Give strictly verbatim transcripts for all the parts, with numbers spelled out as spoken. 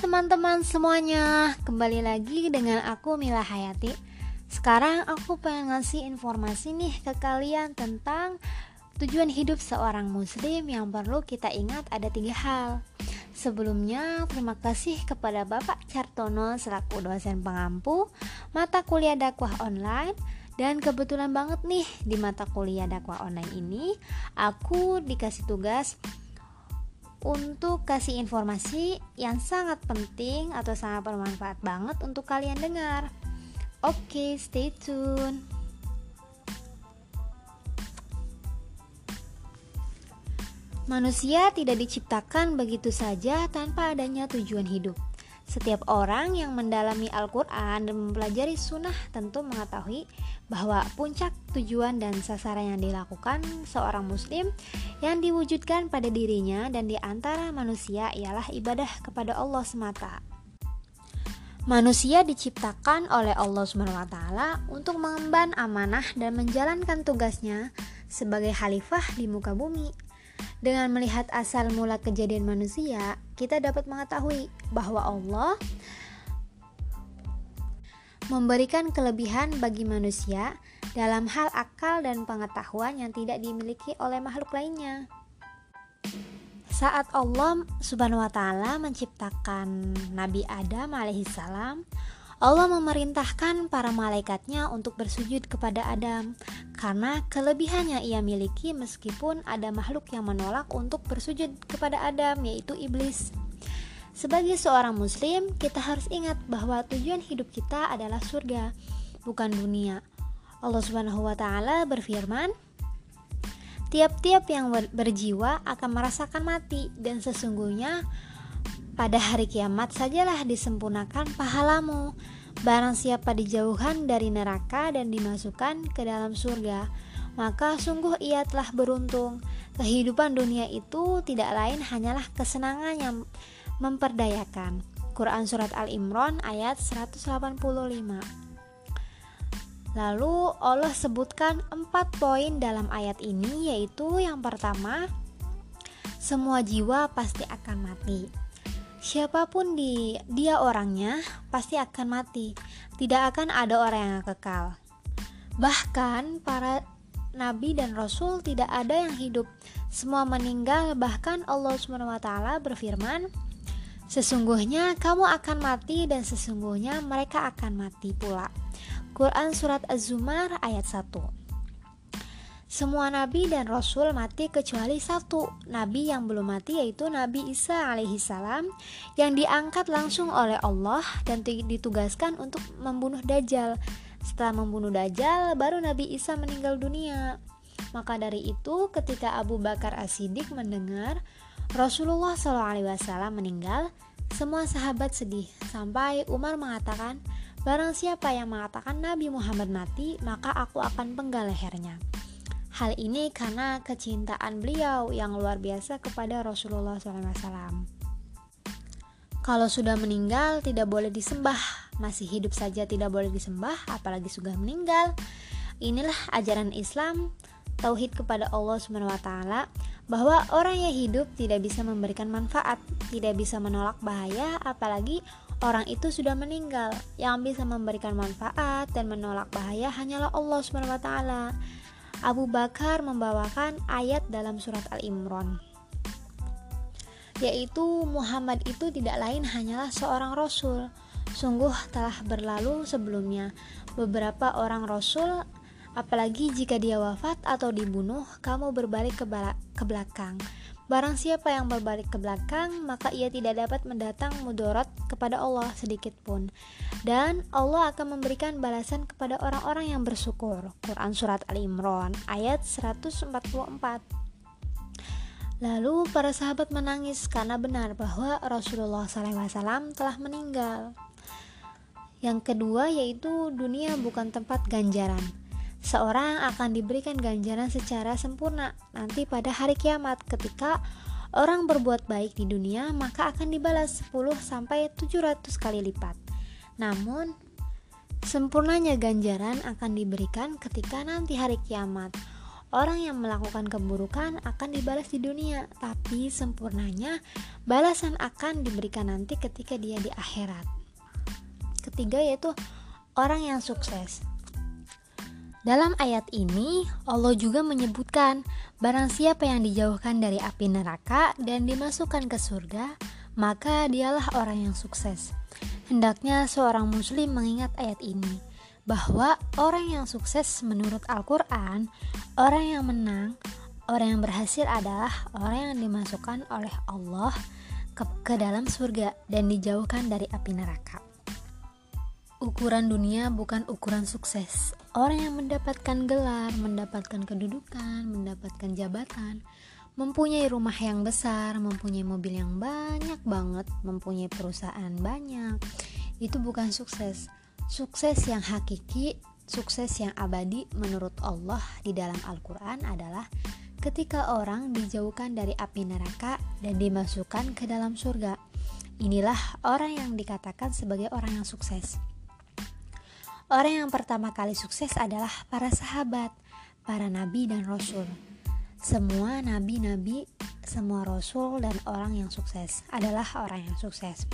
teman-teman semuanya, kembali lagi dengan aku Mila Hayati. Sekarang aku pengen ngasih informasi nih ke kalian tentang tujuan hidup seorang muslim yang perlu kita ingat ada tiga hal. Sebelumnya, terima kasih kepada Bapak Cartono selaku dosen pengampu mata kuliah dakwah online. Dan kebetulan banget nih di mata kuliah dakwah online ini aku dikasih tugas untuk kasih informasi yang sangat penting atau sangat bermanfaat banget untuk kalian dengar. Oke, stay tune. Manusia tidak diciptakan begitu saja tanpa adanya tujuan hidup. Setiap orang yang mendalami Al-Quran dan mempelajari sunnah tentu mengetahui bahwa puncak tujuan dan sasaran yang dilakukan seorang muslim yang diwujudkan pada dirinya dan di antara manusia ialah ibadah kepada Allah semata. Manusia diciptakan oleh Allah subhanahu wa taala untuk mengemban amanah dan menjalankan tugasnya sebagai khalifah di muka bumi. Dengan melihat asal mula kejadian manusia, kita dapat mengetahui bahwa Allah memberikan kelebihan bagi manusia dalam hal akal dan pengetahuan yang tidak dimiliki oleh makhluk lainnya. Saat Allah subhanahu wa ta'ala menciptakan Nabi Adam alaihissalam, Allah memerintahkan para malaikatnya untuk bersujud kepada Adam karena kelebihan yang ia miliki meskipun ada makhluk yang menolak untuk bersujud kepada Adam, yaitu iblis. Sebagai seorang muslim, kita harus ingat bahwa tujuan hidup kita adalah surga, bukan dunia. Allah subhanahu wa ta'ala berfirman, tiap-tiap yang berjiwa akan merasakan mati, dan sesungguhnya pada hari kiamat sajalah disempurnakan pahalamu. Barang siapa dijauhkan dari neraka dan dimasukkan ke dalam surga, maka sungguh ia telah beruntung. Kehidupan dunia itu tidak lain hanyalah kesenangan yang memperdayakan. Quran Surat Al-Imran ayat seratus delapan puluh lima. Lalu Allah sebutkan empat poin dalam ayat ini, yaitu yang pertama, semua jiwa pasti akan mati. Siapapun di, dia orangnya pasti akan mati. Tidak akan ada orang yang kekal. Bahkan para nabi dan rasul tidak ada yang hidup. Semua meninggal. Bahkan Allah subhanahu wa taala berfirman, sesungguhnya kamu akan mati dan sesungguhnya mereka akan mati pula. Quran Surat Az-Zumar ayat satu. Semua nabi dan rasul mati kecuali satu nabi yang belum mati, yaitu Nabi Isa alaihissalam yang diangkat langsung oleh Allah dan ditugaskan untuk membunuh Dajjal. Setelah membunuh Dajjal, baru Nabi Isa meninggal dunia. Maka dari itu, ketika Abu Bakar As-Siddiq mendengar Rasulullah shallallahu alaihi wasallam meninggal, semua sahabat sedih, sampai Umar mengatakan, barang siapa yang mengatakan Nabi Muhammad mati, maka aku akan penggal lehernya. Hal ini karena kecintaan beliau yang luar biasa kepada Rasulullah shallallahu alaihi wasallam. Kalau sudah meninggal tidak boleh disembah, masih hidup saja tidak boleh disembah, apalagi sudah meninggal. Inilah ajaran Islam, tauhid kepada Allah subhanahu wa taala, bahwa orang yang hidup tidak bisa memberikan manfaat, tidak bisa menolak bahaya, apalagi orang itu sudah meninggal. Yang bisa memberikan manfaat dan menolak bahaya hanyalah Allah subhanahu wa taala. Abu Bakar membawakan ayat dalam surat Al-Imran, yaitu Muhammad itu tidak lain hanyalah seorang rasul. Sungguh telah berlalu sebelumnya beberapa orang rasul, apalagi jika dia wafat atau dibunuh, kamu berbalik ke, bala- ke belakang. Barang siapa yang berbalik ke belakang, maka ia tidak dapat mendatang mudarat kepada Allah sedikit pun. Dan Allah akan memberikan balasan kepada orang-orang yang bersyukur. Quran Surat Al-Imran ayat seratus empat puluh empat. Lalu para sahabat menangis karena benar bahwa Rasulullah shallallahu alaihi wasallam telah meninggal. Yang kedua yaitu dunia bukan tempat ganjaran. Seorang akan diberikan ganjaran secara sempurna nanti pada hari kiamat. Ketika orang berbuat baik di dunia, maka akan dibalas sepuluh sampai tujuh ratus kali lipat. Namun sempurnanya ganjaran akan diberikan ketika nanti hari kiamat. orang yang melakukan keburukan akan dibalas di dunia, tapi sempurnanya balasan akan diberikan nanti ketika dia di akhirat. Ketiga yaitu orang yang sukses. Dalam ayat ini Allah juga menyebutkan barang siapa yang dijauhkan dari api neraka dan dimasukkan ke surga, maka dialah orang yang sukses. Hendaknya seorang muslim mengingat ayat ini, bahwa orang yang sukses menurut Al-Quran, orang yang menang, orang yang berhasil adalah orang yang dimasukkan oleh Allah ke, ke dalam surga dan dijauhkan dari api neraka. Ukuran dunia bukan ukuran sukses. Orang yang mendapatkan gelar, mendapatkan kedudukan, mendapatkan jabatan, mempunyai rumah yang besar, mempunyai mobil yang banyak banget, mempunyai perusahaan banyak, itu bukan sukses. Sukses yang hakiki, sukses yang abadi menurut Allah di dalam Al-Quran adalah ketika orang dijauhkan dari api neraka dan dimasukkan ke dalam surga. Inilah orang yang dikatakan sebagai orang yang sukses. Orang yang pertama kali sukses adalah para sahabat, para nabi dan rasul. Semua nabi-nabi, semua rasul dan orang yang sukses adalah orang yang sukses.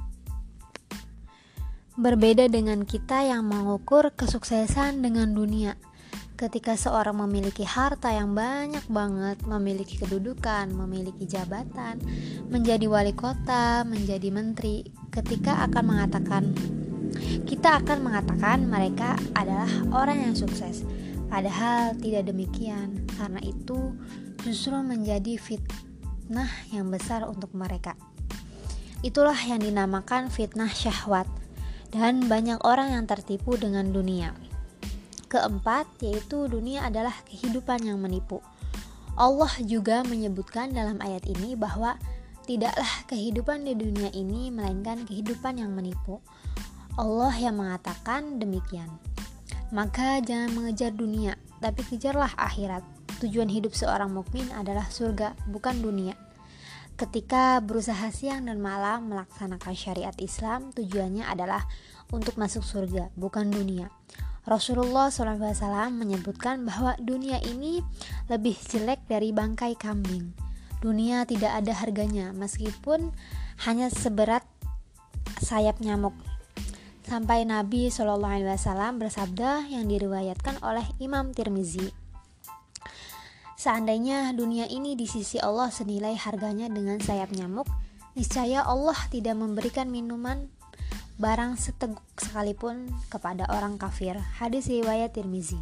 Berbeda dengan kita yang mengukur kesuksesan dengan dunia. Ketika seorang memiliki harta yang banyak banget, memiliki kedudukan, memiliki jabatan, menjadi wali kota, menjadi menteri, ketika akan mengatakan kita akan mengatakan mereka adalah orang yang sukses. Padahal tidak demikian, karena itu justru menjadi fitnah yang besar untuk mereka. Itulah yang dinamakan fitnah syahwat, dan banyak orang yang tertipu dengan dunia. Keempat, yaitu dunia adalah kehidupan yang menipu. Allah juga menyebutkan dalam ayat ini bahwa tidaklah kehidupan di dunia ini melainkan kehidupan yang menipu. Allah yang mengatakan demikian. Maka jangan mengejar dunia, tapi kejarlah akhirat. Tujuan hidup seorang mukmin adalah surga, bukan dunia. Ketika berusaha siang dan malam melaksanakan syariat Islam, tujuannya adalah untuk masuk surga, bukan dunia. Rasulullah shallallahu alaihi wasallam menyebutkan bahwa dunia ini lebih jelek dari bangkai kambing. Dunia tidak ada harganya, meskipun hanya seberat sayap nyamuk. Sampai Nabi shallallahu alaihi wasallam bersabda yang diriwayatkan oleh Imam Tirmizi, seandainya dunia ini di sisi Allah senilai harganya dengan sayap nyamuk, niscaya Allah tidak memberikan minuman barang seteguk sekalipun kepada orang kafir. Hadis riwayat Tirmizi.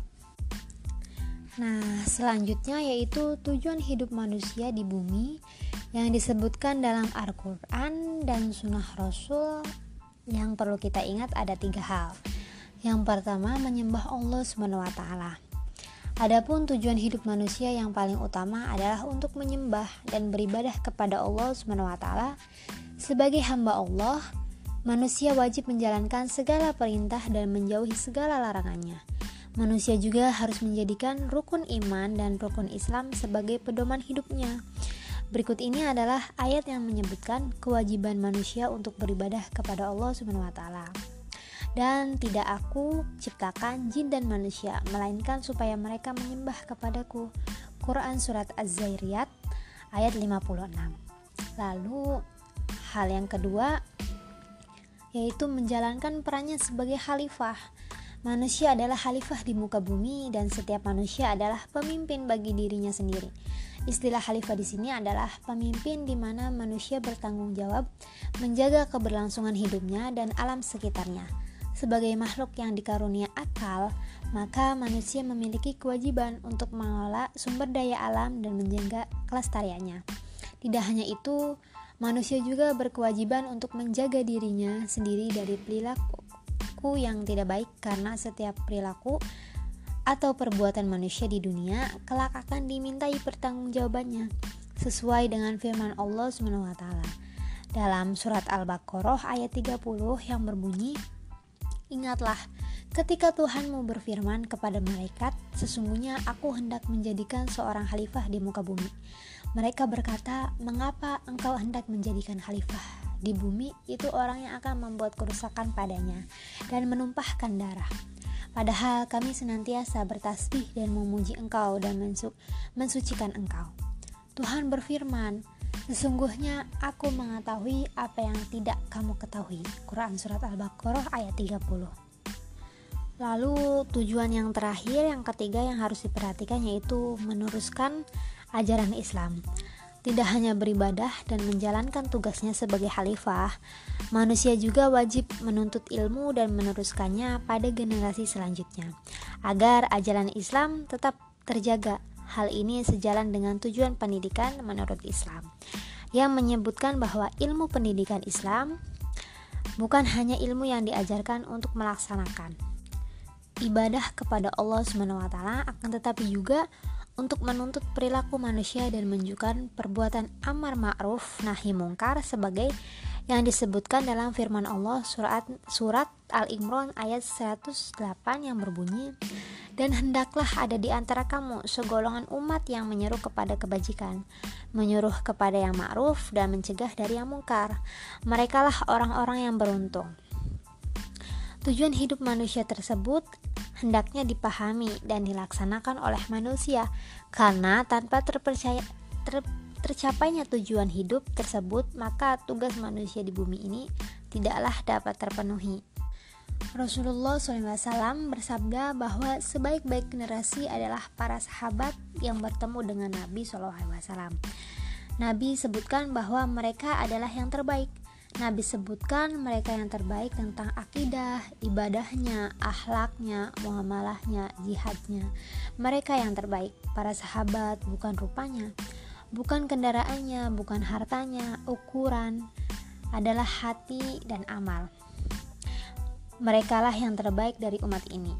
Nah, selanjutnya yaitu tujuan hidup manusia di bumi yang disebutkan dalam Al-Quran dan Sunnah Rasul. Yang perlu kita ingat ada tiga hal. Yang pertama, menyembah Allah subhanahu wa taala. Adapun tujuan hidup manusia yang paling utama adalah untuk menyembah dan beribadah kepada Allah subhanahu wa taala. Sebagai hamba Allah, manusia wajib menjalankan segala perintah dan menjauhi segala larangannya. Manusia juga harus menjadikan rukun iman dan rukun Islam sebagai pedoman hidupnya. Berikut ini adalah ayat yang menyebutkan kewajiban manusia untuk beribadah kepada Allah subhanahu wa taala. Dan tidak aku ciptakan jin dan manusia, melainkan supaya mereka menyembah kepadaku. Quran Surat Az-Zariyat ayat lima puluh enam. Lalu hal yang kedua yaitu menjalankan perannya sebagai khalifah. Manusia adalah khalifah di muka bumi dan setiap manusia adalah pemimpin bagi dirinya sendiri. Istilah khalifah di sini adalah pemimpin di mana manusia bertanggung jawab menjaga keberlangsungan hidupnya dan alam sekitarnya. Sebagai makhluk yang dikarunia akal, maka manusia memiliki kewajiban untuk mengelola sumber daya alam dan menjaga kelestariannya. Tidak hanya itu, manusia juga berkewajiban untuk menjaga dirinya sendiri dari perilaku yang tidak baik, karena setiap perilaku atau perbuatan manusia di dunia kelak akan dimintai pertanggungjawabannya sesuai dengan firman Allah subhanahu wa taala dalam surat Al-Baqarah ayat tiga puluh yang berbunyi, ingatlah ketika Tuhanmu berfirman kepada malaikat, sesungguhnya aku hendak menjadikan seorang khalifah di muka bumi. Mereka berkata, mengapa engkau hendak menjadikan khalifah di bumi? Itu orang yang akan membuat kerusakan padanya dan menumpahkan darah. Padahal kami senantiasa bertasbih dan memuji Engkau dan mensu- mensucikan Engkau. Tuhan berfirman, sesungguhnya aku mengetahui apa yang tidak kamu ketahui. Quran Surat Al-Baqarah ayat tiga puluh. Lalu tujuan yang terakhir, yang ketiga yang harus diperhatikan yaitu meneruskan ajaran Islam. Tidak hanya beribadah dan menjalankan tugasnya sebagai khalifah, manusia juga wajib menuntut ilmu dan meneruskannya pada generasi selanjutnya, agar ajaran Islam tetap terjaga. Hal ini sejalan dengan tujuan pendidikan menurut Islam, yang menyebutkan bahwa ilmu pendidikan Islam bukan hanya ilmu yang diajarkan untuk melaksanakan ibadah kepada Allah subhanahu wa taala, akan tetapi juga untuk menuntut perilaku manusia dan menunjukkan perbuatan amar ma'ruf nahi mungkar sebagai yang disebutkan dalam firman Allah surat surat Al-Imran ayat seratus delapan yang berbunyi, dan hendaklah ada di antara kamu segolongan umat yang menyeru kepada kebajikan, menyuruh kepada yang ma'ruf dan mencegah dari yang mungkar. Merekalah orang-orang yang beruntung. Tujuan hidup manusia tersebut hendaknya dipahami dan dilaksanakan oleh manusia, karena tanpa terpercaya, ter, tercapainya tujuan hidup tersebut, maka tugas manusia di bumi ini tidaklah dapat terpenuhi. Rasulullah shallallahu alaihi wasallam bersabda bahwa sebaik-baik generasi adalah para sahabat yang bertemu dengan Nabi shallallahu alaihi wasallam. Nabi sebutkan bahwa mereka adalah yang terbaik. Nabi sebutkan mereka yang terbaik tentang akidah, ibadahnya, akhlaknya, muamalahnya, jihadnya. Mereka yang terbaik, para sahabat, bukan rupanya, bukan kendaraannya, bukan hartanya, ukuran adalah hati dan amal. Merekalah yang terbaik dari umat ini.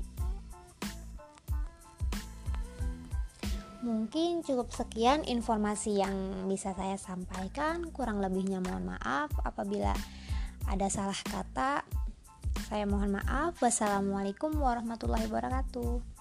Mungkin cukup sekian informasi yang bisa saya sampaikan. Kurang lebihnya mohon maaf apabila ada salah kata. Saya mohon maaf. Wassalamualaikum warahmatullahi wabarakatuh.